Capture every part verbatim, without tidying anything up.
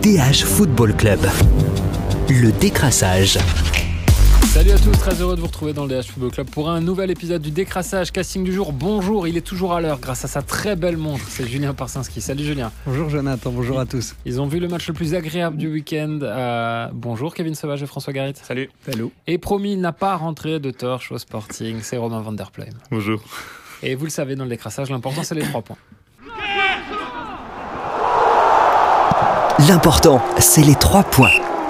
D H Football Club. Le décrassage. Salut à tous, très heureux de vous retrouver dans le D H Football Club pour un nouvel épisode du décrassage. Casting du jour, bonjour, il est toujours à l'heure grâce à sa très belle montre. C'est Julien Parsinski. Salut Julien. Bonjour Jonathan, bonjour à tous. Ils ont vu le match le plus agréable du week-end. Euh, bonjour Kevin Sauvage et François Garrit. Salut. Hello. Et promis, il n'a pas rentré de torche au Sporting, c'est Romain Van Der Pleim. Bonjour. Et vous le savez, dans le décrassage, l'important c'est les trois points. L'important, c'est les trois points.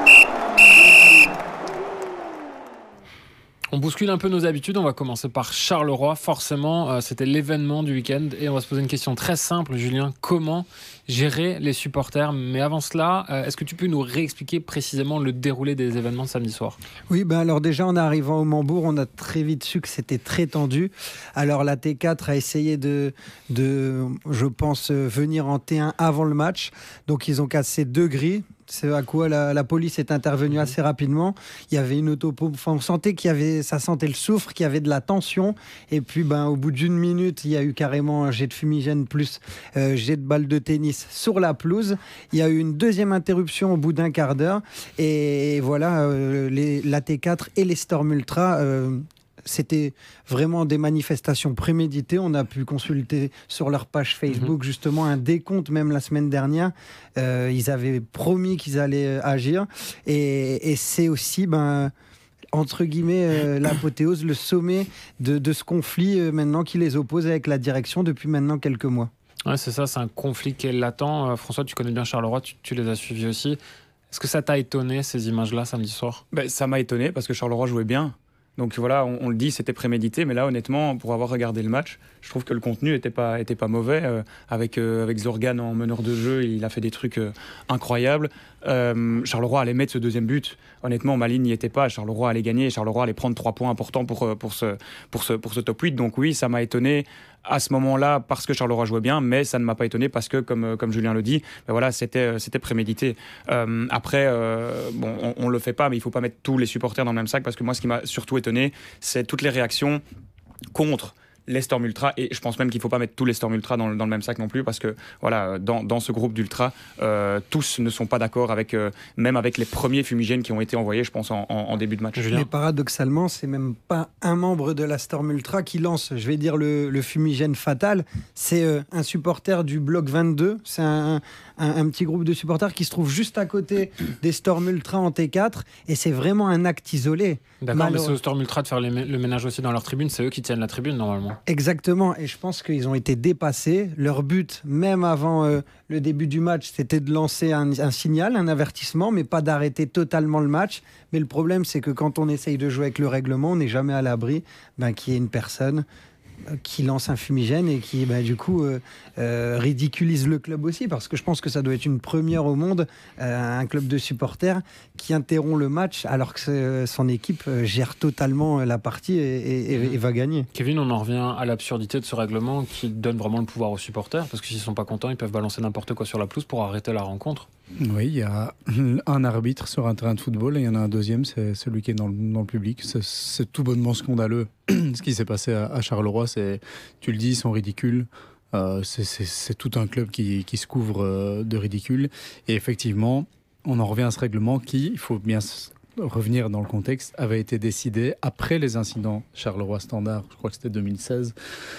On bouscule un peu nos habitudes, on va commencer par Charleroi. Forcément, euh, c'était l'événement du week-end et on va se poser une question très simple, Julien. Comment gérer les supporters ? Mais avant cela, euh, est-ce que tu peux nous réexpliquer précisément le déroulé des événements de samedi soir ? Oui, ben alors déjà en arrivant au Mambourg, on a très vite su que c'était très tendu. Alors la T quatre a essayé de, de je pense, venir en T un avant le match. Donc ils ont cassé deux grilles. C'est à quoi la, la police est intervenue assez rapidement. Il y avait une autopompe. Enfin, on sentait qu'il y avait, ça sentait le soufre, qu'il y avait de la tension. Et puis, ben, au bout d'une minute, il y a eu carrément un jet de fumigène plus euh, jet de balle de tennis sur la pelouse. Il y a eu une deuxième interruption au bout d'un quart d'heure. Et voilà, euh, les, la T quatre et les Storm Ultra. Euh, C'était vraiment des manifestations préméditées. On a pu consulter sur leur page Facebook mmh. justement un décompte, même la semaine dernière. Euh, ils avaient promis qu'ils allaient agir. Et, et c'est aussi, ben, entre guillemets, euh, l'apothéose, le sommet de, de ce conflit euh, maintenant qui les oppose avec la direction depuis maintenant quelques mois. Ouais, c'est ça, c'est un conflit qui est latent. Euh, François, tu connais bien Charleroi, tu, tu les as suivis aussi. Est-ce que ça t'a étonné, ces images-là, samedi soir ? Ben, ça m'a étonné parce que Charleroi jouait bien. Donc voilà, on, on le dit, c'était prémédité, mais là, honnêtement, pour avoir regardé le match, je trouve que le contenu n'était pas, était pas mauvais. Euh, avec, euh, avec Zorgan en meneur de jeu, il a fait des trucs euh, incroyables. Euh, Charleroi allait mettre ce deuxième but. Honnêtement, ma ligne n'y était pas. Charleroi allait gagner. Charleroi allait prendre trois points importants pour, pour, ce, pour, ce, pour ce top huit. Donc oui, ça m'a étonné à ce moment-là parce que Charleroi jouait bien, mais ça ne m'a pas étonné parce que, comme, comme Julien le dit, ben voilà, c'était, c'était prémédité. Euh, après, euh, bon, on ne le fait pas, mais il ne faut pas mettre tous les supporters dans le même sac parce que moi, ce qui m'a surtout étonné, c'est toutes les réactions contre les Storm Ultra, et je pense même qu'il ne faut pas mettre tous les Storm Ultra dans, dans le même sac non plus parce que voilà, dans, dans ce groupe d'Ultra, euh, tous ne sont pas d'accord avec, euh, même avec les premiers fumigènes qui ont été envoyés, je pense, en, en, en début de match. Mais paradoxalement, c'est même pas un membre de la Storm Ultra qui lance, je vais dire, le, le fumigène fatal. C'est euh, un supporter du bloc vingt-deux. C'est un, un, un petit groupe de supporters qui se trouve juste à côté des Storm Ultra en T quatre, et c'est vraiment un acte isolé. D'accord, Malheureux. Mais c'est aux Storm Ultra de faire les, le ménage aussi dans leur tribune. C'est eux qui tiennent la tribune normalement. Exactement, et je pense qu'ils ont été dépassés. Leur but, même avant euh, le début du match, c'était de lancer un, un signal, un avertissement, mais pas d'arrêter totalement le match. Mais le problème, c'est que quand on essaye de jouer avec le règlement, on n'est jamais à l'abri ben, qu'il y ait une personne qui lance un fumigène et qui, bah, du coup, euh, euh, ridiculise le club aussi, parce que je pense que ça doit être une première au monde, euh, un club de supporters qui interrompt le match alors que son équipe gère totalement la partie et, et, et va gagner. Kevin, on en revient à l'absurdité de ce règlement qui donne vraiment le pouvoir aux supporters, parce que s'ils ne sont pas contents, ils peuvent balancer n'importe quoi sur la pelouse pour arrêter la rencontre. Oui, il y a un arbitre sur un terrain de football et il y en a un deuxième, c'est celui qui est dans le, dans le public. C'est, c'est tout bonnement scandaleux. Ce qui s'est passé à, à Charleroi, c'est, tu le dis, ils sont ridicules. Euh, c'est, c'est, c'est tout un club qui, qui se couvre euh, de ridicule. Et effectivement, on en revient à ce règlement qui, il faut bien revenir dans le contexte, avait été décidé après les incidents Charleroi Standard, je crois que c'était deux mille seize,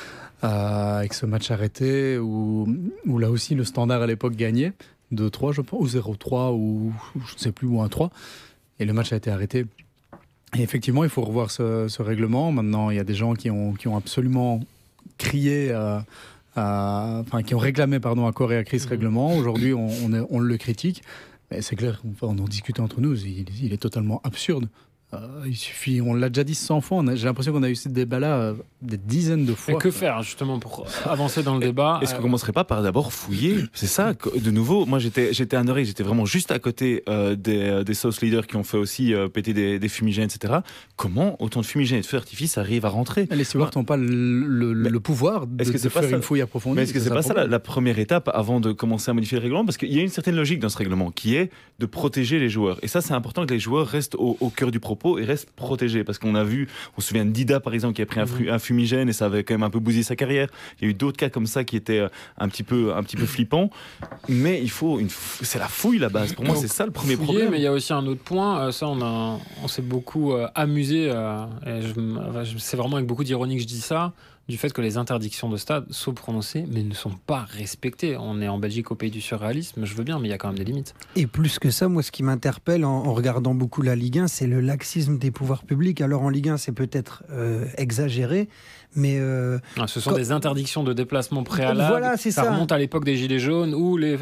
euh, avec ce match arrêté où, où là aussi le Standard à l'époque gagnait. deux trois, je pense, ou zéro trois, ou je ne sais plus, ou un trois. Et le match a été arrêté. Et effectivement, il faut revoir ce, ce règlement. Maintenant, il y a des gens qui ont, qui ont absolument crié, à, à, enfin, qui ont réclamé pardon, à corps et à cri ce règlement. Aujourd'hui, on, on, est, on le critique. Mais c'est clair, on en discutait entre nous, il, il est totalement absurde. Euh, il suffit, on l'a déjà dit cent fois, on a, j'ai l'impression qu'on a eu ce débat-là euh, des dizaines de fois. Et que faire justement pour avancer dans le débat ? Est-ce qu'on ne commencerait pas par d'abord fouiller ? C'est ça, de nouveau, moi j'étais, j'étais à Neuilly, j'étais vraiment juste à côté euh, des, des South Leaders qui ont fait aussi euh, péter des, des fumigènes, et cetera. Comment autant de fumigènes et de feux d'artifice arrivent à rentrer ? Les stewards n'ont pas le, le, le pouvoir de, est-ce que de c'est faire pas ça, une fouille approfondie. Mais est-ce que c'est, c'est pas ça la, la première étape avant de commencer à modifier le règlement ? Parce qu'il y a une certaine logique dans ce règlement qui est de protéger les joueurs. Et ça, c'est important que les joueurs restent au, au cœur du problème. propos et reste protégé. Parce qu'on a vu, on se souvient de Dida par exemple qui a pris un, fru- un fumigène et ça avait quand même un peu bousillé sa carrière. Il y a eu d'autres cas comme ça qui étaient un petit peu, un petit peu flippants. Mais il faut une f... c'est la fouille la base. Pour moi, c'est ça le premier Fouiller, problème. Mais il y a aussi un autre point. Euh, ça, on, a, on s'est beaucoup euh, amusé. Euh, et je, je, c'est vraiment avec beaucoup d'ironie que je dis ça. Du fait que les interdictions de stade sont prononcées, mais ne sont pas respectées. On est en Belgique au pays du surréalisme, je veux bien, mais il y a quand même des limites. Et plus que ça, moi, ce qui m'interpelle en, en regardant beaucoup la Ligue un, c'est le laxisme des pouvoirs publics. Alors en Ligue un, c'est peut-être euh, exagéré, mais... Euh, ah, ce sont quand... des interdictions de déplacement préalables. Voilà, c'est ça. Ça remonte à l'époque des Gilets jaunes, où les...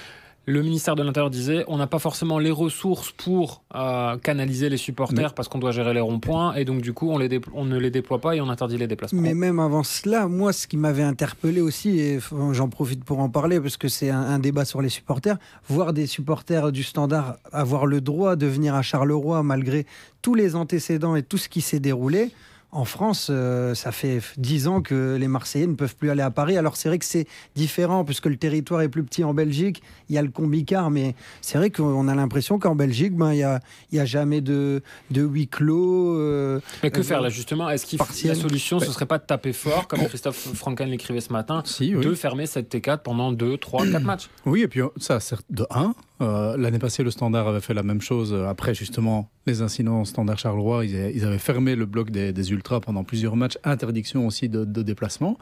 le ministère de l'Intérieur disait on n'a pas forcément les ressources pour euh, canaliser les supporters mais... parce qu'on doit gérer les ronds-points et donc du coup on, les déplo- on ne les déploie pas et on interdit les déplacements. Mais même avant cela, moi ce qui m'avait interpellé aussi, et j'en profite pour en parler parce que c'est un, un débat sur les supporters, voir des supporters du Standard avoir le droit de venir à Charleroi malgré tous les antécédents et tout ce qui s'est déroulé. En France, euh, ça fait dix ans que les Marseillais ne peuvent plus aller à Paris. Alors c'est vrai que c'est différent puisque le territoire est plus petit en Belgique. Il y a le combi-car, mais c'est vrai qu'on a l'impression qu'en Belgique, ben, il n'y a, il y a jamais de, de huis clos. Euh, mais que euh, faire là justement ? Est-ce qu'il partiel. La solution, ouais. ce ne serait pas de taper fort, comme Christophe Franken l'écrivait ce matin, si, oui. de fermer cette T quatre pendant deux, trois, quatre matchs ? Oui, et puis ça, de un, euh, l'année passée, le Standard avait fait la même chose. Après, justement, les incidents Standard Charleroi, ils avaient, ils avaient fermé le bloc des, des Ultras pendant plusieurs matchs, interdiction aussi de, de déplacement.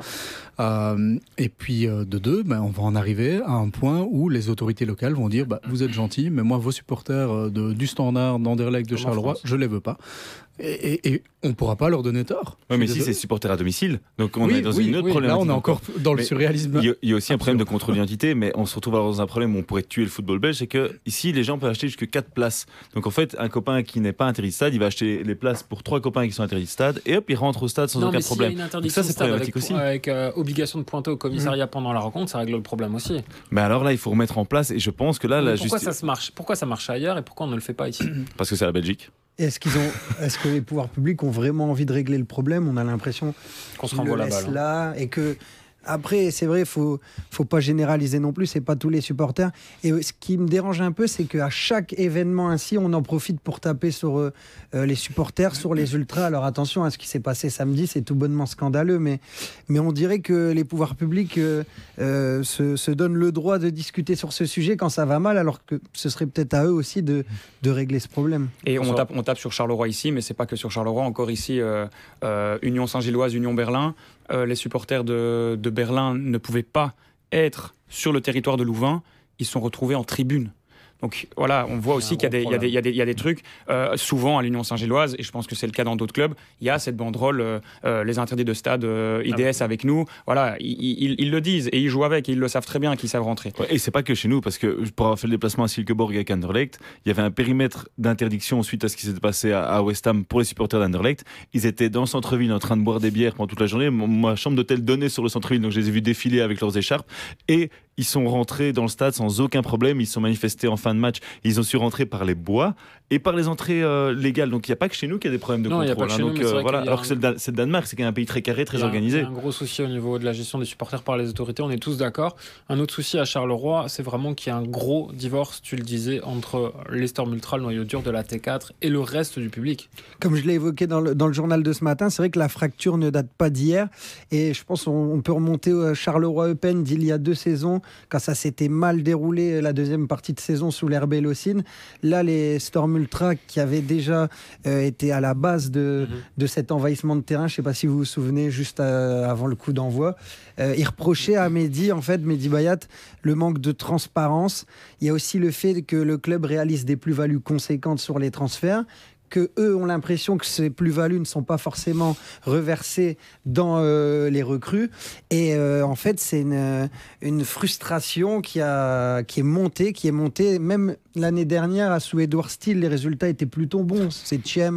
Euh, et puis, euh, de deux, ben, on va en arriver à un point où les autorités locales vont dire bah, vous êtes gentils, mais moi, vos supporters de, du Standard, d'Anderlecht, de Charleroi, je ne les veux pas. Et, et, et on ne pourra pas leur donner tort. Oui, mais si c'est supporter à domicile, donc on oui, est dans oui, une autre oui, problématique. Là, on est encore dans le mais surréalisme. Il y, y a aussi un problème de contrôle d'identité, mais on se retrouve dans un problème où on pourrait tuer le football belge, c'est que ici, les gens peuvent acheter jusque quatre places. Donc en fait, un copain qui n'est pas interdit de stade, il va acheter les places pour trois copains qui sont interdits de stade, et hop, il rentre au stade sans non, aucun mais problème. Si y a une donc ça, c'est problématique avec, aussi. Avec euh, obligation de pointer au commissariat mmh. pendant la rencontre, ça règle le problème aussi. Mais alors là, il faut remettre en place, et je pense que là, mais la pourquoi justice. ça se marche Pourquoi ça marche ailleurs et pourquoi on ne le fait pas ici ? Parce que c'est la Belgique. Est-ce qu'ils ont, est-ce que les pouvoirs publics ont vraiment envie de régler le problème ? On a l'impression qu'on se renvoie la balle. Là et que après, c'est vrai, faut faut pas généraliser non plus. C'est pas tous les supporters. Et ce qui me dérange un peu, c'est qu'à chaque événement ainsi, on en profite pour taper sur euh, les supporters, sur les ultras. Alors attention à ce qui s'est passé samedi, c'est tout bonnement scandaleux, mais mais on dirait que les pouvoirs publics euh, euh, se, se donnent le droit de discuter sur ce sujet quand ça va mal, alors que ce serait peut-être à eux aussi de de régler ce problème. Et on tape on tape sur Charleroi ici, mais c'est pas que sur Charleroi. Encore ici, euh, euh, Union Saint-Gilloise, Union Berlin. Euh, les supporters de, de Berlin ne pouvaient pas être sur le territoire de Louvain, ils sont retrouvés en tribune. Donc voilà, on voit aussi qu'il y a des, il y a des, il y a des, il y a des trucs, euh, souvent à l'Union Saint-Gilloise, et je pense que c'est le cas dans d'autres clubs, il y a cette banderole, euh, euh, les interdits de stade euh, I D S ah, avec nous, voilà, ils, ils, ils le disent, et ils jouent avec, et ils le savent très bien qu'ils savent rentrer. Ouais, et c'est pas que chez nous, parce que pour avoir fait le déplacement à Silkeborg avec Anderlecht, il y avait un périmètre d'interdiction suite à ce qui s'était passé à, à West Ham pour les supporters d'Anderlecht. Ils étaient dans le centre-ville en train de boire des bières pendant toute la journée, ma chambre d'hôtel donnait sur le centre-ville, donc je les ai vus défiler avec leurs écharpes, et ils sont rentrés dans le stade sans aucun problème, ils se sont manifestés en fin de match, ils ont su rentrer par les bois et par les entrées euh, légales. Donc il n'y a pas que chez nous qu'il y a des problèmes de non, contrôle. Hein, nous, donc, euh, voilà. Alors un... que c'est le, c'est le Danemark, c'est quand même un pays très carré, très il y a, organisé. Il y a un gros souci au niveau de la gestion des supporters par les autorités, on est tous d'accord. Un autre souci à Charleroi, c'est vraiment qu'il y a un gros divorce, tu le disais, entre les Storm Ultra, le noyau dur de la T quatre et le reste du public. Comme je l'ai évoqué dans le, dans le journal de ce matin, c'est vrai que la fracture ne date pas d'hier et je pense qu'on on peut remonter au Charleroi Eupen d'il y a deux saisons quand ça s'était mal déroulé la deuxième partie de saison sous l'R B Locine. Là, les Storm Ultra qui avaient déjà euh, été à la base de, mmh. de cet envahissement de terrain, je ne sais pas si vous vous souvenez, juste à, avant le coup d'envoi, euh, ils reprochaient à Mehdi, en fait, Mehdi Bayat, le manque de transparence. Il y a aussi le fait que le club réalise des plus-values conséquentes sur les transferts, que eux ont l'impression que ces plus-values ne sont pas forcément reversées dans euh, les recrues. Et euh, en fait, c'est une, une frustration qui, a, qui est montée, qui est montée. Même l'année dernière, à sous Edouard Steele, les résultats étaient plutôt bons. Septième,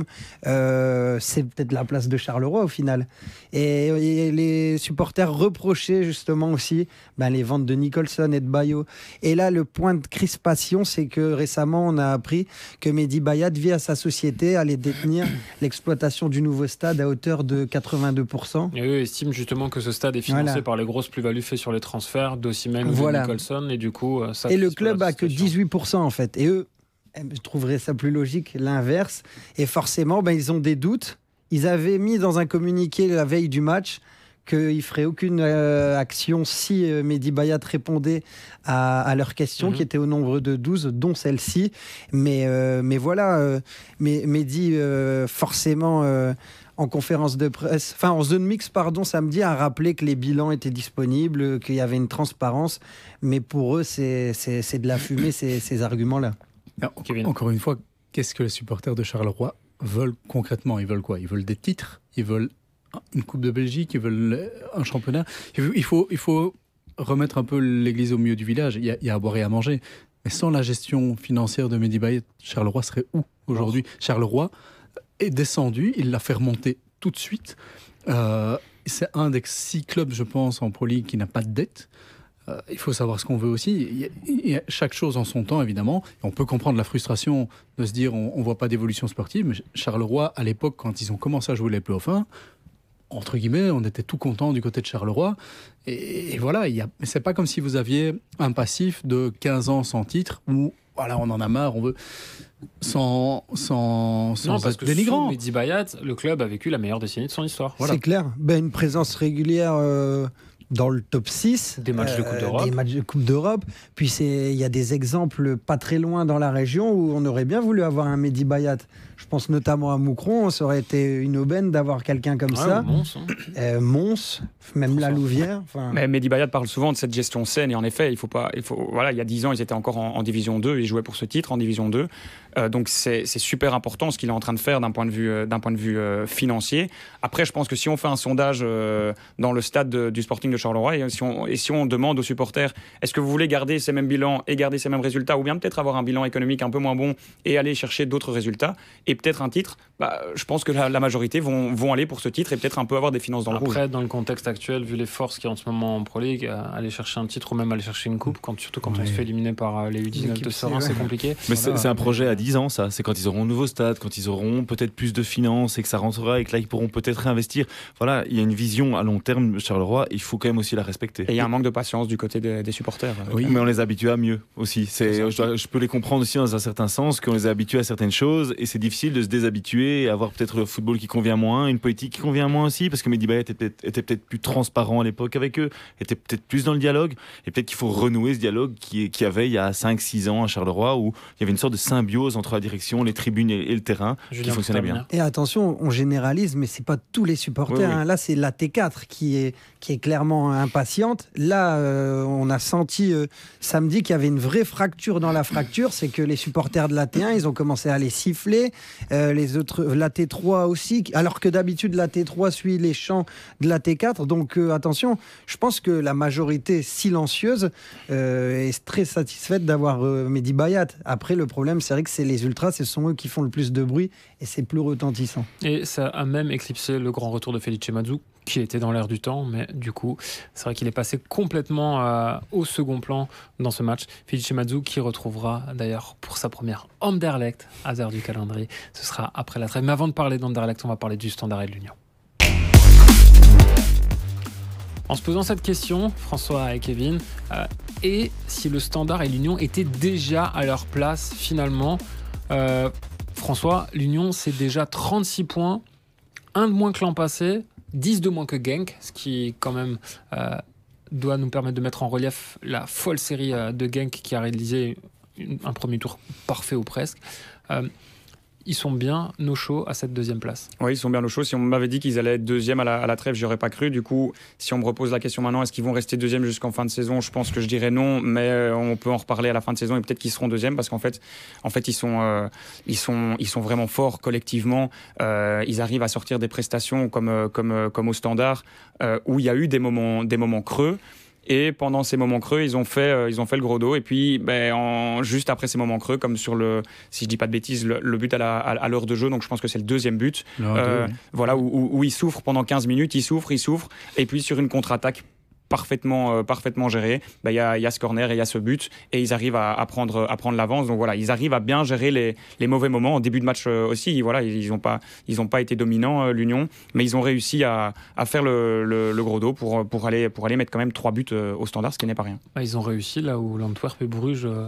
euh, c'est peut-être la place de Charleroi au final. Et, et les supporters reprochaient justement aussi ben, les ventes de Nicholson et de Bayo. Et là, le point de crispation, c'est que récemment, on a appris que Mehdi Bayat, via sa société, allait détenir l'exploitation du nouveau stade à hauteur de quatre-vingt-deux pour cent. Et eux estiment justement que ce stade est financé voilà. par les grosses plus-values faites sur les transferts d'Osimhen ou voilà. de Nicholson. Et du coup, ça et le club a que dix-huit pour cent en fait. Et eux je trouverais ça plus logique, l'inverse. Et forcément, ben, ils ont des doutes. Ils avaient mis dans un communiqué la veille du match qu'ils ne feraient aucune euh, action si euh, Mehdi Bayat répondait à, à leurs questions, mmh. qui étaient au nombre de douze, dont celle-ci. Mais, euh, mais voilà, euh, Mehdi, euh, forcément, euh, en conférence de presse, enfin en zone mixte, pardon, samedi, a rappelé que les bilans étaient disponibles, qu'il y avait une transparence. Mais pour eux, c'est, c'est, c'est de la fumée, ces, ces arguments-là. Alors, encore une fois, qu'est-ce que les supporters de Charleroi veulent concrètement? Ils veulent quoi? Ils veulent des titres, ils veulent une Coupe de Belgique, ils veulent un championnat. Il faut, il faut remettre un peu l'église au milieu du village. Il y, a, il y a à boire et à manger. Mais sans la gestion financière de Mehdi Bayat, Charleroi serait où aujourd'hui? oh. Charleroi est descendu, il l'a fait remonter tout de suite. Euh, c'est un des six clubs, je pense, en Pro League qui n'a pas de dette. Euh, il faut savoir ce qu'on veut aussi. Il y, a, il y a chaque chose en son temps, évidemment. Et on peut comprendre la frustration de se dire on ne voit pas d'évolution sportive. Mais Charleroi, à l'époque, quand ils ont commencé à jouer les playoffs un, entre guillemets, on était tout content du côté de Charleroi. Et, et voilà, il y a, c'est pas comme si vous aviez un passif de quinze ans sans titre où voilà, on en a marre, on veut sans sans sans non, parce être que dénigrant. Sous Mehdi Bayat, le club a vécu la meilleure décennie de son histoire. Voilà. C'est clair. Ben, une présence régulière euh, dans le top six. Des matchs euh, de Coupe d'Europe. Des matchs de Coupe d'Europe. Puis il y a des exemples pas très loin dans la région où on aurait bien voulu avoir un Mehdi Bayat. Je pense notamment à Moucron, ça aurait été une aubaine d'avoir quelqu'un comme ouais, ça. Mons, hein. euh, Mons, même François. La Louvière. Mais Mehdi Bayat parle souvent de cette gestion saine, et en effet, il faut pas, il faut, voilà, il y a dix ans, ils étaient encore en, en Division deux, ils jouaient pour ce titre en Division deux. Euh, donc c'est, c'est super important ce qu'il est en train de faire d'un point de vue, euh, d'un point de vue euh, financier. Après, je pense que si on fait un sondage euh, dans le stade de, du Sporting de Charleroi, et si, on, et si on demande aux supporters, est-ce que vous voulez garder ces mêmes bilans et garder ces mêmes résultats, ou bien peut-être avoir un bilan économique un peu moins bon et aller chercher d'autres résultats, et peut-être un titre, bah, je pense que la, la majorité vont, vont aller pour ce titre et peut-être un peu avoir des finances dans le rouge. Après, dans le contexte actuel, vu les forces qu'il y a en ce moment en Pro League, euh, aller chercher un titre ou même aller chercher une coupe, quand, surtout quand ouais. on se fait éliminer par euh, les U dix-neuf de Serein, c'est compliqué. Mais voilà. c'est, c'est un projet à dix ans, ça. C'est quand ils auront un nouveau stade, quand ils auront peut-être plus de finances et que ça rentrera et que là, ils pourront peut-être réinvestir. Voilà, il y a une vision à long terme, Charleroi, il faut quand même aussi la respecter. Et il y a un manque de patience du côté des, des supporters. Oui, mais on les habitue à mieux aussi. C'est, je, dois, je peux les comprendre aussi dans un certain sens, qu'on les a habitués à certaines choses et c'est difficile de se déshabituer et avoir peut-être le football qui convient moins, une politique qui convient moins aussi, parce que Mehdi Bayat était peut-être, était peut-être plus transparent à l'époque avec eux, était peut-être plus dans le dialogue, et peut-être qu'il faut renouer ce dialogue qui, qui avait il y a cinq six ans à Charleroi, où il y avait une sorte de symbiose entre la direction, les tribunes et, et le terrain, Julien qui fonctionnait bien. Et attention, on généralise, mais c'est pas tous les supporters. Oui, oui. Hein. Là, c'est l'A T quatre qui est, qui est clairement impatiente. Là, euh, on a senti euh, samedi qu'il y avait une vraie fracture dans la fracture, c'est que les supporters de l'A T un, ils ont commencé à les siffler, euh, les autres, l'A T trois aussi, alors que d'habitude l'A T trois suit les chants de l'A T quatre. Donc euh, attention, je pense que la majorité silencieuse euh, est très satisfaite d'avoir euh, Mehdi Bayat. Après, le problème, c'est vrai que c'est les ultras, ce sont eux qui font le plus de bruit et c'est plus retentissant. Et ça a même éclipsé le grand retour de Felice Mazou, qui était dans l'air du temps, mais du coup, c'est vrai qu'il est passé complètement euh, au second plan dans ce match. Felice Mazou qui retrouvera d'ailleurs pour sa première Anderlecht à l'heure du calendrier. Ce sera après la trêve. Mais avant de parler d'Anderlecht, on va parler du Standard et de l'Union. En se posant cette question, François et Kevin, euh, et si le Standard et l'Union étaient déjà à leur place finalement, euh, François, l'Union c'est déjà trente-six points, un de moins que l'an passé, dix de moins que Genk, ce qui quand même euh, doit nous permettre de mettre en relief la folle série euh, de Genk qui a réalisé une, un premier tour parfait ou presque. Euh, Ils sont bien au chaud à cette deuxième place. Oui, ils sont bien au chaud. Si on m'avait dit qu'ils allaient être deuxième à la, à la trêve, j'y aurais pas cru. Du coup, si on me repose la question maintenant, est-ce qu'ils vont rester deuxième jusqu'en fin de saison ? Je pense que je dirais non, mais on peut en reparler à la fin de saison et peut-être qu'ils seront deuxième parce qu'en fait, en fait, ils sont, euh, ils sont, ils sont vraiment forts collectivement. Euh, ils arrivent à sortir des prestations comme, comme, comme au Standard euh, où il y a eu des moments, des moments creux. Et pendant ces moments creux, ils ont fait, euh, ils ont fait le gros dos. Et puis, ben, en, juste après ces moments creux, comme sur le, si je dis pas de bêtises, le, le but à, la, à, à l'heure de jeu, donc je pense que c'est le deuxième but, euh, oui. voilà, où, où, où ils souffrent pendant quinze minutes, ils souffrent, ils souffrent. Et puis sur une contre-attaque parfaitement, euh, parfaitement géré, il y a, y a ce corner et il y a ce but et ils arrivent à, à, prendre, à prendre l'avance. Donc voilà, ils arrivent à bien gérer les, les mauvais moments. En début de match euh, aussi, voilà, ils n'ont pas, ils ont pas été dominants, euh, l'Union, mais ils ont réussi à, à faire le, le, le gros dos pour, pour, aller, pour aller mettre quand même trois buts euh, au Standard, ce qui n'est pas rien. Ils ont réussi là où l'Antwerp et Bruges euh,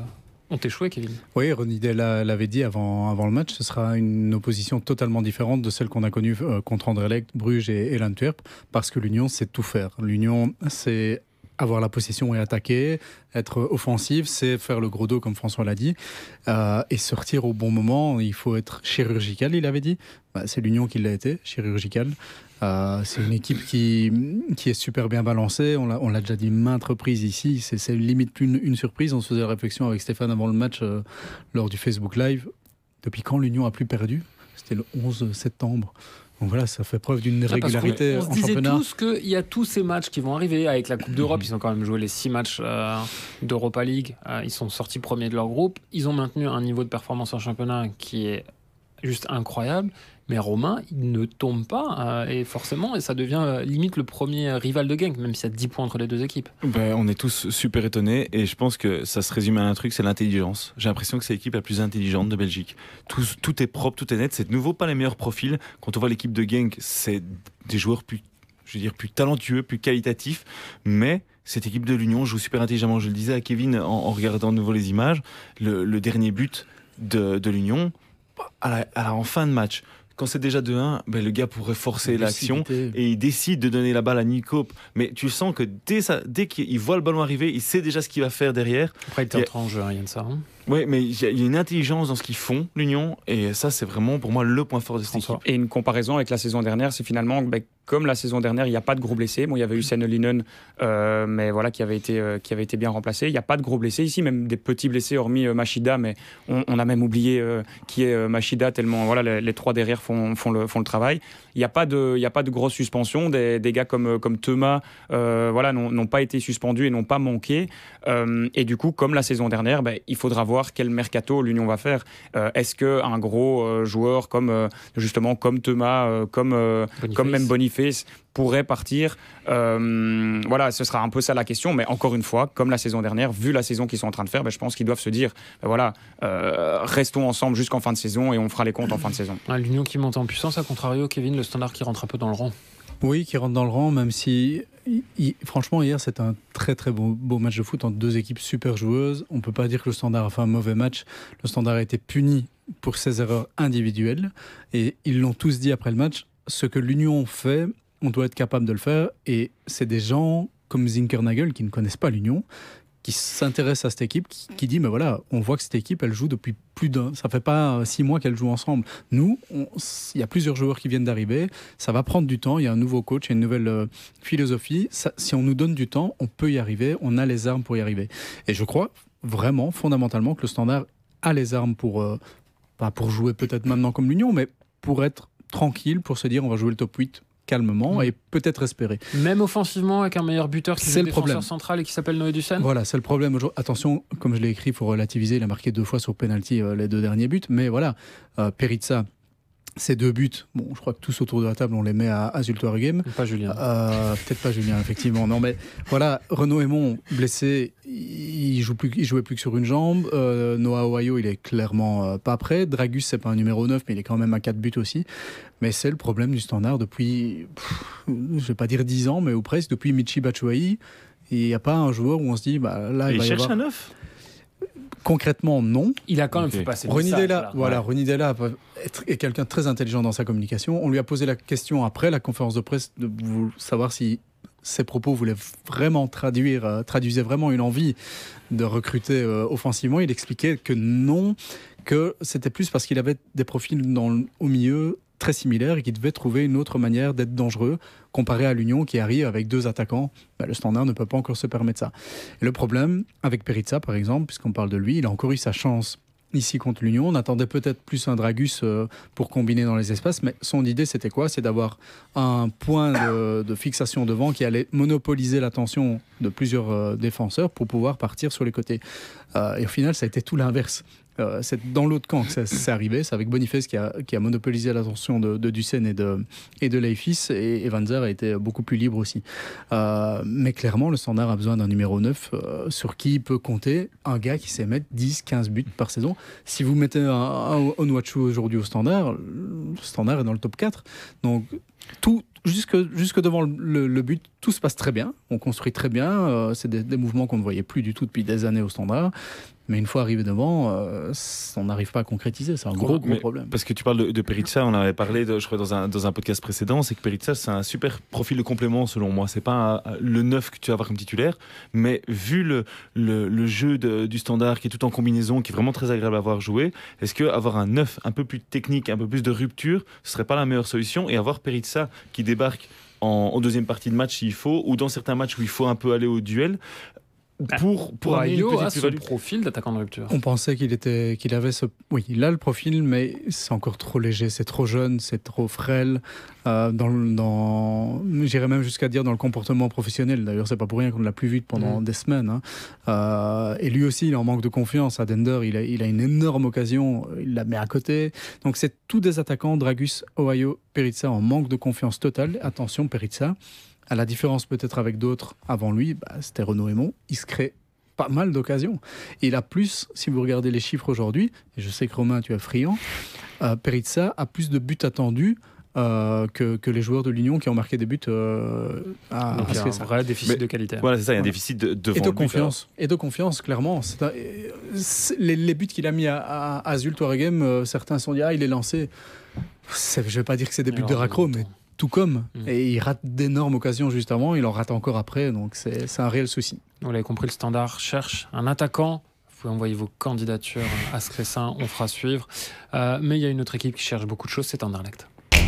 ont échoué, Kevin. Oui, Ronny Della l'avait dit avant, avant le match, ce sera une opposition totalement différente de celle qu'on a connue euh, contre Anderlecht, Bruges et, et l'Antwerp, parce que l'Union sait tout faire. L'Union, c'est avoir la possession et attaquer, être offensif, c'est faire le gros dos comme François l'a dit, euh, et sortir au bon moment. Il faut être chirurgical, il avait dit. Bah, c'est l'Union qui l'a été, chirurgical. Euh, c'est une équipe qui, qui est super bien balancée. On l'a, on l'a déjà dit maintes reprises ici. C'est, c'est limite plus une, une surprise. On se faisait la réflexion avec Stéphane avant le match euh, lors du Facebook Live. Depuis quand l'Union a plus perdu ? C'était le onze septembre. Donc voilà, ça fait preuve d'une régularité on, on en se championnat. On se disait tous qu'il y a tous ces matchs qui vont arriver avec la Coupe d'Europe. Ils ont quand même joué les six matchs euh, d'Europa League. Euh, ils sont sortis premiers de leur groupe. Ils ont maintenu un niveau de performance en championnat qui est juste incroyable. Mais Romain, il ne tombe pas. Euh, et forcément, et ça devient euh, limite le premier rival de Genk, même s'il y a dix points entre les deux équipes. Ben, on est tous super étonnés et je pense que ça se résume à un truc, c'est l'intelligence. J'ai l'impression que c'est l'équipe la plus intelligente de Belgique. Tout, tout est propre, tout est net. C'est de nouveau pas les meilleurs profils. Quand on voit l'équipe de Genk, c'est des joueurs plus, je veux dire, plus talentueux, plus qualitatifs. Mais cette équipe de l'Union joue super intelligemment. Je le disais à Kevin en, en regardant de nouveau les images. Le, le dernier but de, de l'Union, à la, à la, en fin de match, quand c'est déjà deux un, ben le gars pourrait forcer l'action et il décide de donner la balle à Nicope. Mais tu sens que dès, ça, dès qu'il voit le ballon arriver, il sait déjà ce qu'il va faire derrière. Après, il était entré en jeu, il y a de ça. Hein. Oui, mais il y a une intelligence dans ce qu'ils font, l'Union, et ça, c'est vraiment pour moi le point fort de cette équipe. Et une comparaison avec la saison dernière, c'est finalement, ben, comme la saison dernière, il n'y a pas de gros blessés. Bon, il y avait eu Sennelinen, euh, mais voilà, qui avait, été, euh, qui avait été bien remplacé. Il n'y a pas de gros blessés ici, même des petits blessés, hormis euh, Machida, mais on, on a même oublié euh, qui est euh, Machida, tellement voilà, les, les trois derrière font, font, le, font le travail. Il n'y a pas de, il n'y a pas de grosse suspension. Des, des gars comme, comme Thomas euh, voilà, n'ont, n'ont pas été suspendus et n'ont pas manqué. Euh, et du coup, comme la saison dernière, ben, il faudra voir quel mercato l'Union va faire. Euh, est-ce qu'un gros euh, joueur comme, euh, justement, comme Thomas, euh, comme, euh, comme même Boniface pourrait partir euh, voilà, ce sera un peu ça la question, mais encore une fois, comme la saison dernière, vu la saison qu'ils sont en train de faire, ben, je pense qu'ils doivent se dire, ben, voilà, euh, restons ensemble jusqu'en fin de saison et on fera les comptes en fin de saison. Ah, l'Union qui monte en puissance, à contrario, Kevin, le Standard qui rentre un peu dans le rang. Oui, qui rentre dans le rang, même si, il, franchement, hier, c'était un très très beau, beau match de foot entre deux équipes super joueuses. On ne peut pas dire que le Standard a fait un mauvais match. Le Standard a été puni pour ses erreurs individuelles. Et ils l'ont tous dit après le match, ce que l'Union fait, on doit être capable de le faire. Et c'est des gens comme Zinkernagel qui ne connaissent pas l'Union, qui s'intéresse à cette équipe, qui, qui dit, mais voilà, on voit que cette équipe, elle joue depuis plus d'un, ça fait pas six mois qu'elle joue ensemble. Nous, il y a plusieurs joueurs qui viennent d'arriver, ça va prendre du temps, il y a un nouveau coach, il y a une nouvelle euh, philosophie. Ça, si on nous donne du temps, on peut y arriver, on a les armes pour y arriver. Et je crois vraiment, fondamentalement, que le Standard a les armes pour, euh, pas pour jouer peut-être maintenant comme l'Union, mais pour être tranquille, pour se dire, on va jouer le top huit calmement mmh. et peut-être espérer. Même offensivement avec un meilleur buteur qui est le défenseur central et qui s'appelle Noé Dussen. Voilà, c'est le problème. Attention, comme je l'ai écrit, il faut relativiser, il a marqué deux fois sur penalty euh, les deux derniers buts, mais voilà, euh, Perizza, ces deux buts, bon, je crois que tous autour de la table, on les met à, à Zultuargem. Pas Julien. Euh, peut-être pas Julien, effectivement. Non, mais voilà, Renaud Aymon, blessé, il joue plus, il jouait plus que sur une jambe. Euh, Noah Owayo, il est clairement euh, pas prêt. Dragus, c'est pas un numéro neuf, mais il est quand même à quatre buts aussi. Mais c'est le problème du Standard depuis, pff, je vais pas dire dix ans, mais ou presque, depuis Michy Batshuayi. Il n'y a pas un joueur où on se dit, bah là, il, il va y cherche avoir... un neuf. Concrètement, non. Il a quand même okay. fait passer le Ronny message. Della, voilà, ouais. Ronny Della est quelqu'un de très intelligent dans sa communication. On lui a posé la question après la conférence de presse de savoir si ses propos voulaient vraiment traduire, euh, traduisaient vraiment une envie de recruter euh, offensivement. Il expliquait que non, que c'était plus parce qu'il avait des profils dans, au milieu très similaires et qu'il devait trouver une autre manière d'être dangereux comparé à l'Union qui arrive avec deux attaquants. Ben, le Standard ne peut pas encore se permettre ça. Et le problème avec Perizza, par exemple, puisqu'on parle de lui, il a encore eu sa chance ici contre l'Union. On attendait peut-être plus un Dragus euh, pour combiner dans les espaces, mais son idée, c'était quoi ? C'est d'avoir un point de, de fixation devant qui allait monopoliser l'attention de plusieurs euh, défenseurs pour pouvoir partir sur les côtés. Euh, et au final, ça a été tout l'inverse. Euh, c'est dans l'autre camp que ça s'est arrivé. C'est avec Boniface qui a, qui a monopolisé l'attention de, de Dussen et de, et de Leifis, et, et Van Zer a été beaucoup plus libre aussi. Euh, mais clairement, le Standard a besoin d'un numéro neuf euh, sur qui il peut compter un gars qui sait mettre dix quinze buts par saison. Si vous mettez un, un Onuachu aujourd'hui au Standard, le Standard est dans le top quatre. Donc, tout, jusque, jusque devant le, le, le but, tout se passe très bien. On construit très bien. Euh, c'est des, des mouvements qu'on ne voyait plus du tout depuis des années au Standard. Mais une fois arrivé devant, euh, on n'arrive pas à concrétiser. C'est un gros, gros Mais problème. Parce que tu parles de, de Perica, on avait parlé, de, je crois, dans un, dans un podcast précédent, c'est que Perica, c'est un super profil de complément, selon moi. C'est pas un, le neuf que tu vas avoir comme titulaire, mais vu le, le, le jeu de, du Standard qui est tout en combinaison, qui est vraiment très agréable à voir jouer, est-ce qu'avoir un neuf un peu plus technique, un peu plus de rupture, ce serait pas la meilleure solution? Et avoir Perica qui débarque en, en deuxième partie de match s'il faut, ou dans certains matchs où il faut un peu aller au duel, pour, pour amener une Ayo petite a ce plus-value. profil d'attaquant de rupture. On pensait qu'il était, qu'il avait ce, oui, il a le profil, mais c'est encore trop léger, c'est trop jeune, c'est trop frêle. Euh, dans, le- dans, j'irais même jusqu'à dire dans le comportement professionnel. D'ailleurs, c'est pas pour rien qu'on ne l'a plus vu pendant Mm. des semaines. Hein. Euh, et lui aussi, il est en manque de confiance. À Dender, il a, il a une énorme occasion, il la met à côté. Donc, c'est tous des attaquants, Dragus, Ohio, Perica, en manque de confiance totale. Attention, Perica. À la différence peut-être avec d'autres avant lui, bah, c'était Renaud Aymon, il se crée pas mal d'occasions. Et il a plus, si vous regardez les chiffres aujourd'hui, et je sais que Romain, tu es friand, euh, Perica a plus de buts attendus euh, que, que les joueurs de l'Union qui ont marqué des buts euh, à, Donc à il y a ce que un ça. vrai déficit Mais- de qualité. Voilà, c'est ça, il y a un Voilà. déficit de, devant Et de le but, confiance, et de confiance, clairement. C'est un- euh, c'est- les, les buts qu'il a mis à, à, à Zulte Waregem, euh, certains se sont dit, ah, il est lancé. C'est- Je ne vais pas dire que c'est des buts Alors, de raccro, je- mais tout comme. Mm. Et il rate d'énormes occasions juste avant, il en rate encore après, donc c'est c'est un réel souci. Vous l'avez compris, le Standard cherche un attaquant. Vous pouvez envoyer vos candidatures à Scressin, on fera suivre. Euh, mais il y a une autre équipe qui cherche beaucoup de choses, c'est Anderlecht.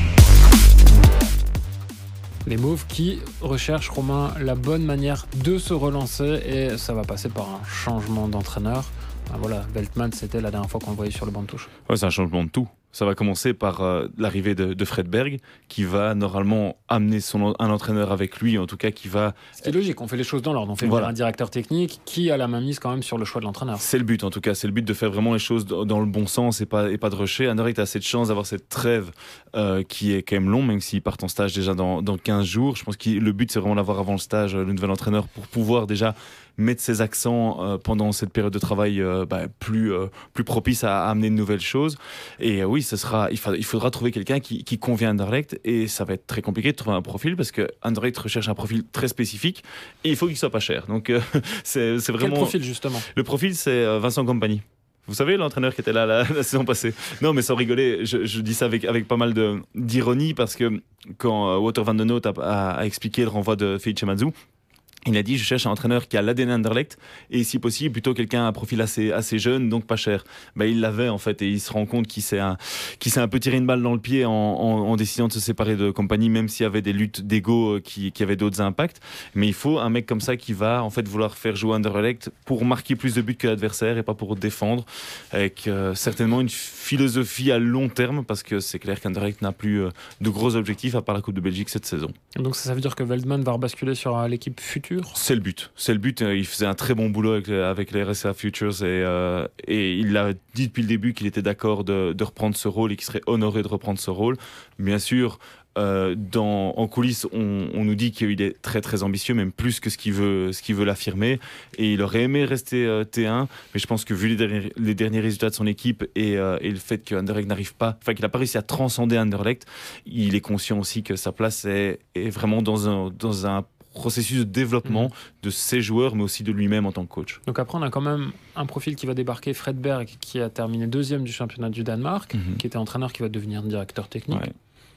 Les Mauves qui recherchent, Romain, la bonne manière de se relancer et ça va passer par un changement d'entraîneur. Ah, voilà, Veltman, c'était la dernière fois qu'on le voyait sur le banc de touche. Ouais, c'est un changement de tout. Ça va commencer par euh, l'arrivée de, de Fred Berg, qui va normalement amener son, un entraîneur avec lui, en tout cas qui va... Ce qui est logique, on fait les choses dans l'ordre. On fait Voilà. venir un directeur technique qui a la main mise quand même sur le choix de l'entraîneur. C'est le but en tout cas, c'est le but de faire vraiment les choses dans dans le bon sens et pas, et pas de rusher. Anderlecht a cette chance d'avoir cette trêve euh, qui est quand même longue, même s'ils partent en stage déjà dans, dans quinze jours. Je pense que le but c'est vraiment d'avoir avant le stage euh, le nouvel entraîneur pour pouvoir déjà mettre ses accents euh, pendant cette période de travail euh, bah, plus, euh, plus propice à, à amener de nouvelles choses. Et euh, oui, ce sera, il, fa- il faudra trouver quelqu'un qui, qui convient à Anderlecht et ça va être très compliqué de trouver un profil parce que Anderlecht recherche un profil très spécifique et il faut qu'il soit pas cher. Donc euh, c'est, c'est Quel vraiment... profil justement? Le profil, c'est euh, Vincent Kompany. Vous savez, l'entraîneur qui était là la, la saison passée. Non, mais sans rigoler, je, je dis ça avec, avec pas mal de, d'ironie parce que quand euh, Wouter van den Noot a, a, a expliqué le renvoi de Felice Mazzu, il a dit je cherche un entraîneur qui a l'A D N Anderlecht et si possible plutôt quelqu'un à un profil assez, assez jeune donc pas cher. Ben, il l'avait en fait et il se rend compte qu'il s'est un, qu'il s'est un peu tiré une balle dans le pied en, en, en décidant de se séparer de Kompany même s'il y avait des luttes d'ego qui, qui avaient d'autres impacts. Mais il faut un mec comme ça qui va en fait vouloir faire jouer Anderlecht pour marquer plus de buts que l'adversaire et pas pour défendre avec euh, certainement une philosophie à long terme parce que c'est clair qu'Anderlecht n'a plus euh, de gros objectifs à part la Coupe de Belgique cette saison. Donc ça, ça veut dire que Veltman va rebasculer sur euh, l'équipe future? C'est le but. C'est le but. Il faisait un très bon boulot avec, avec les R S A Futures et, euh, et il a dit depuis le début qu'il était d'accord de, de reprendre ce rôle et qu'il serait honoré de reprendre ce rôle. Bien sûr, euh, dans, en coulisses, on, on nous dit qu'il est très très ambitieux, même plus que ce qu'il veut, ce qu'il veut l'affirmer. Et il aurait aimé rester euh, T un, mais je pense que vu les derniers, les derniers résultats de son équipe et, euh, et le fait que Anderlecht n'arrive pas, enfin qu'il n'a pas réussi à transcender Anderlecht, il est conscient aussi que sa place est, est vraiment dans un, dans un processus de développement Mmh. de ses joueurs, mais aussi de lui-même en tant que coach. Donc après, on a quand même un profil qui va débarquer, Fred Berg, qui a terminé deuxième du championnat du Danemark, Mhm. qui était entraîneur, qui va devenir directeur technique. Ouais.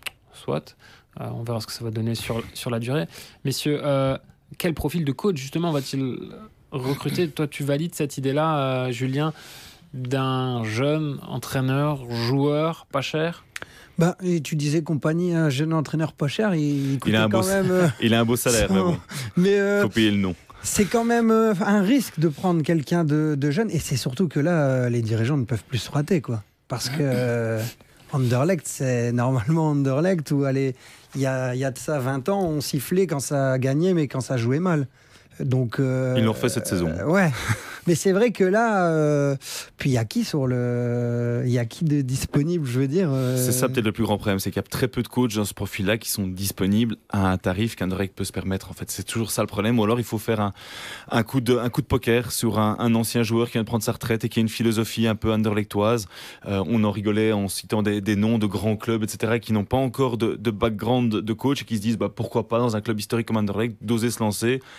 Soit. Euh, on verra ce que ça va donner sur, sur la durée. Messieurs, euh, quel profil de coach, justement, va-t-il recruter? Toi, tu valides cette idée-là, euh, Julien, d'un jeune entraîneur, joueur, pas cher? Bah, et tu disais Kompany, un jeune entraîneur pas cher, il, il coûtait Il a un quand beau- même. euh, Il a un beau salaire, mais bon, mais euh, faut payer le nom. c'est quand même euh, un risque de prendre quelqu'un de, de jeune. Et c'est surtout que là, euh, les dirigeants ne peuvent plus se rater, quoi. Parce que euh, Anderlecht, c'est normalement Anderlecht où, allez, il y a, il y a de ça vingt ans, on sifflait quand ça gagnait, mais quand ça jouait mal. Donc, euh, Ils l'ont refait cette saison. euh, ouais. Mais c'est vrai que là, euh, puis il y a qui sur le, il y a qui de disponible, je veux dire. euh, C'est ça peut-être le plus grand problème, c'est qu'il y a très peu de coachs dans ce profil-là qui sont disponibles à un tarif qu'Anderlecht peut se permettre. En fait, c'est toujours ça le problème. Ou alors il faut faire un, un, coup, de, un coup de poker sur un, un ancien joueur qui vient de prendre sa retraite et qui a une philosophie un peu anderlechtoise. Euh, on en rigolait en citant des, des noms de grands clubs, et cetera, qui n'ont pas encore de, de background de coach et qui se disent bah, pourquoi pas dans un club historique comme Anderlecht d'oser se lancer et peut-être qu'avec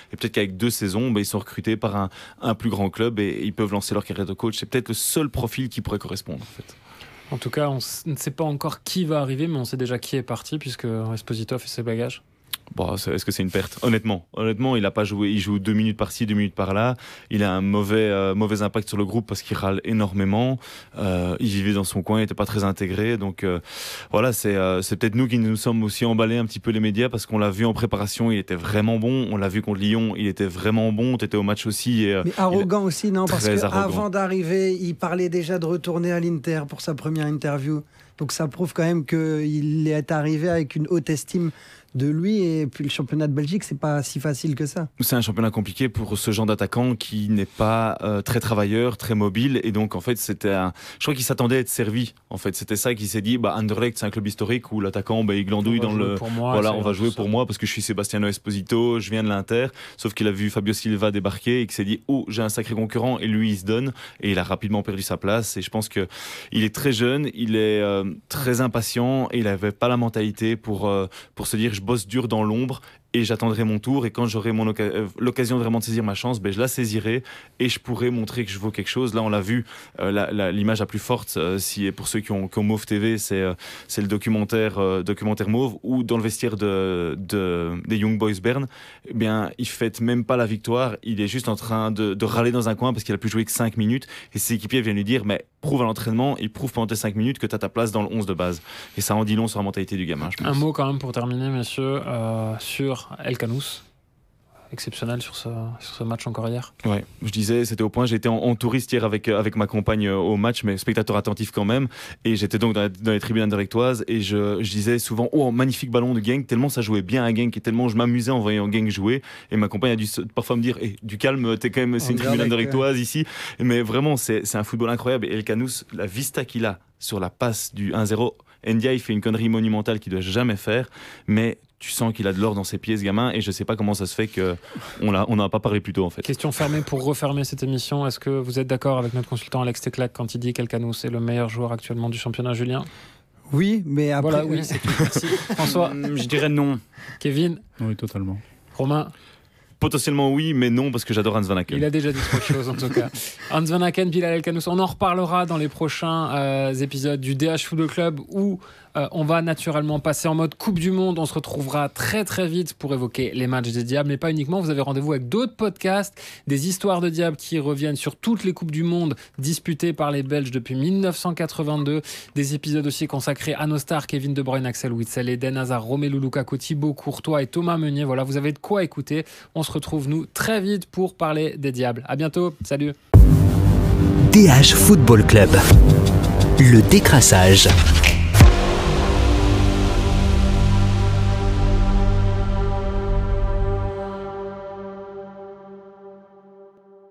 avec deux saisons, bah, ils sont recrutés par un, un plus grand club et ils peuvent lancer leur carrière de coach. C'est peut-être le seul profil qui pourrait correspondre en fait. En tout cas, on ne sait pas encore qui va arriver, mais on sait déjà qui est parti puisque Esposito a fait ses bagages. Bon, est-ce que c'est une perte ? Honnêtement, honnêtement, il a pas joué. Il joue deux minutes par-ci, deux minutes par-là. Il a un mauvais, euh, mauvais impact sur le groupe parce qu'il râle énormément. Euh, il vivait dans son coin, il n'était pas très intégré. Donc euh, voilà, c'est, euh, c'est peut-être nous qui nous sommes aussi emballés un petit peu les médias parce qu'on l'a vu en préparation, il était vraiment bon. On l'a vu contre Lyon, il était vraiment bon. Tu étais au match aussi. Et, euh, Mais arrogant aussi, non ? Parce très arrogant. qu'avant d'arriver, il parlait déjà de retourner à l'Inter pour sa première interview. Donc ça prouve quand même qu'il est arrivé avec une haute estime de lui, et puis le championnat de Belgique, c'est pas si facile que ça. C'est un championnat compliqué pour ce genre d'attaquant qui n'est pas euh, très travailleur, très mobile, et donc en fait c'était un... je crois qu'il s'attendait à être servi. En fait, c'était ça qu'il s'est dit. Bah, Anderlecht, c'est un club historique où l'attaquant, bah, il glandouille dans le. Pour moi, voilà, on va jouer pour moi parce que je suis Sebastiano Esposito, je viens de l'Inter. Sauf qu'il a vu Fabio Silva débarquer et qu'il s'est dit, oh, j'ai un sacré concurrent, et lui il se donne, et il a rapidement perdu sa place. Et je pense que il est très jeune, il est euh, très impatient, et il avait pas la mentalité pour euh, pour se dire, je bosse dur dans l'ombre et j'attendrai mon tour, et quand j'aurai mon oca- euh, l'occasion vraiment de saisir ma chance, ben, je la saisirai et je pourrai montrer que je vaux quelque chose. Là on l'a vu, euh, la, la, l'image la plus forte, euh, si, pour ceux qui ont, qui ont Mauve T V, c'est, euh, c'est le documentaire, euh, documentaire Mauve, où dans le vestiaire de, de, des Young Boys Bern, eh bien, il fête même pas la victoire, il est juste en train de, de râler dans un coin parce qu'il a pu jouer que cinq minutes, et ses équipiers viennent lui dire, mais prouve à l'entraînement et prouve pendant tes cinq minutes que tu as ta place dans le onze de base. Et ça en dit long sur la mentalité du gamin, je pense. Un mot quand même pour terminer, messieurs, euh, sur El Canous. Exceptionnel sur ce, sur ce match encore hier. Ouais, je disais, c'était au point, j'étais en, en touriste hier avec, avec ma compagne au match, mais spectateur attentif quand même, et j'étais donc dans, la, dans les tribunes anderlechtoises, et je, je disais souvent, oh, magnifique ballon de Genk, tellement ça jouait bien à Genk, et tellement je m'amusais en voyant Genk jouer, et ma compagne a dû parfois me dire, hey, du calme, t'es quand même, c'est une tribune anderlechtoise ici, mais vraiment, c'est, c'est un football incroyable, et El Canous, la vista qu'il a sur la passe du un zéro, Ndiaye fait une connerie monumentale qu'il ne doit jamais faire, mais tu sens qu'il a de l'or dans ses pieds, ce gamin, et je ne sais pas comment ça se fait qu'on n'en on a pas parlé plus tôt, en fait. Question fermée pour refermer cette émission. Est-ce que vous êtes d'accord avec notre consultant Alex Teclac quand il dit qu'El Canous est le meilleur joueur actuellement du championnat, Julien ? Oui, mais après... Voilà, oui, c'est tout. Merci. François ? Je dirais non. Kevin ? Oui, totalement. Romain ? Potentiellement oui, mais non, parce que j'adore Hans Van Aken. Il a déjà dit trop de choses en tout cas. Hans Van Aken, Bilal El Canous, on en reparlera dans les prochains euh, épisodes du D H Football Club, où euh, on va naturellement passer en mode Coupe du Monde. On se retrouvera très très vite pour évoquer les matchs des Diables, mais pas uniquement. Vous avez rendez-vous avec d'autres podcasts, des histoires de Diables qui reviennent sur toutes les Coupes du Monde disputées par les Belges depuis dix-neuf cent quatre-vingt-deux. Des épisodes aussi consacrés à nos stars, Kevin De Bruyne, Axel Witsel, Eden Hazard, Romelu Lukaku, Thibaut Courtois et Thomas Meunier. Voilà, vous avez de quoi écouter. On se retrouve nous très vite pour parler des Diables. À bientôt, salut. D H Football Club, le décrassage.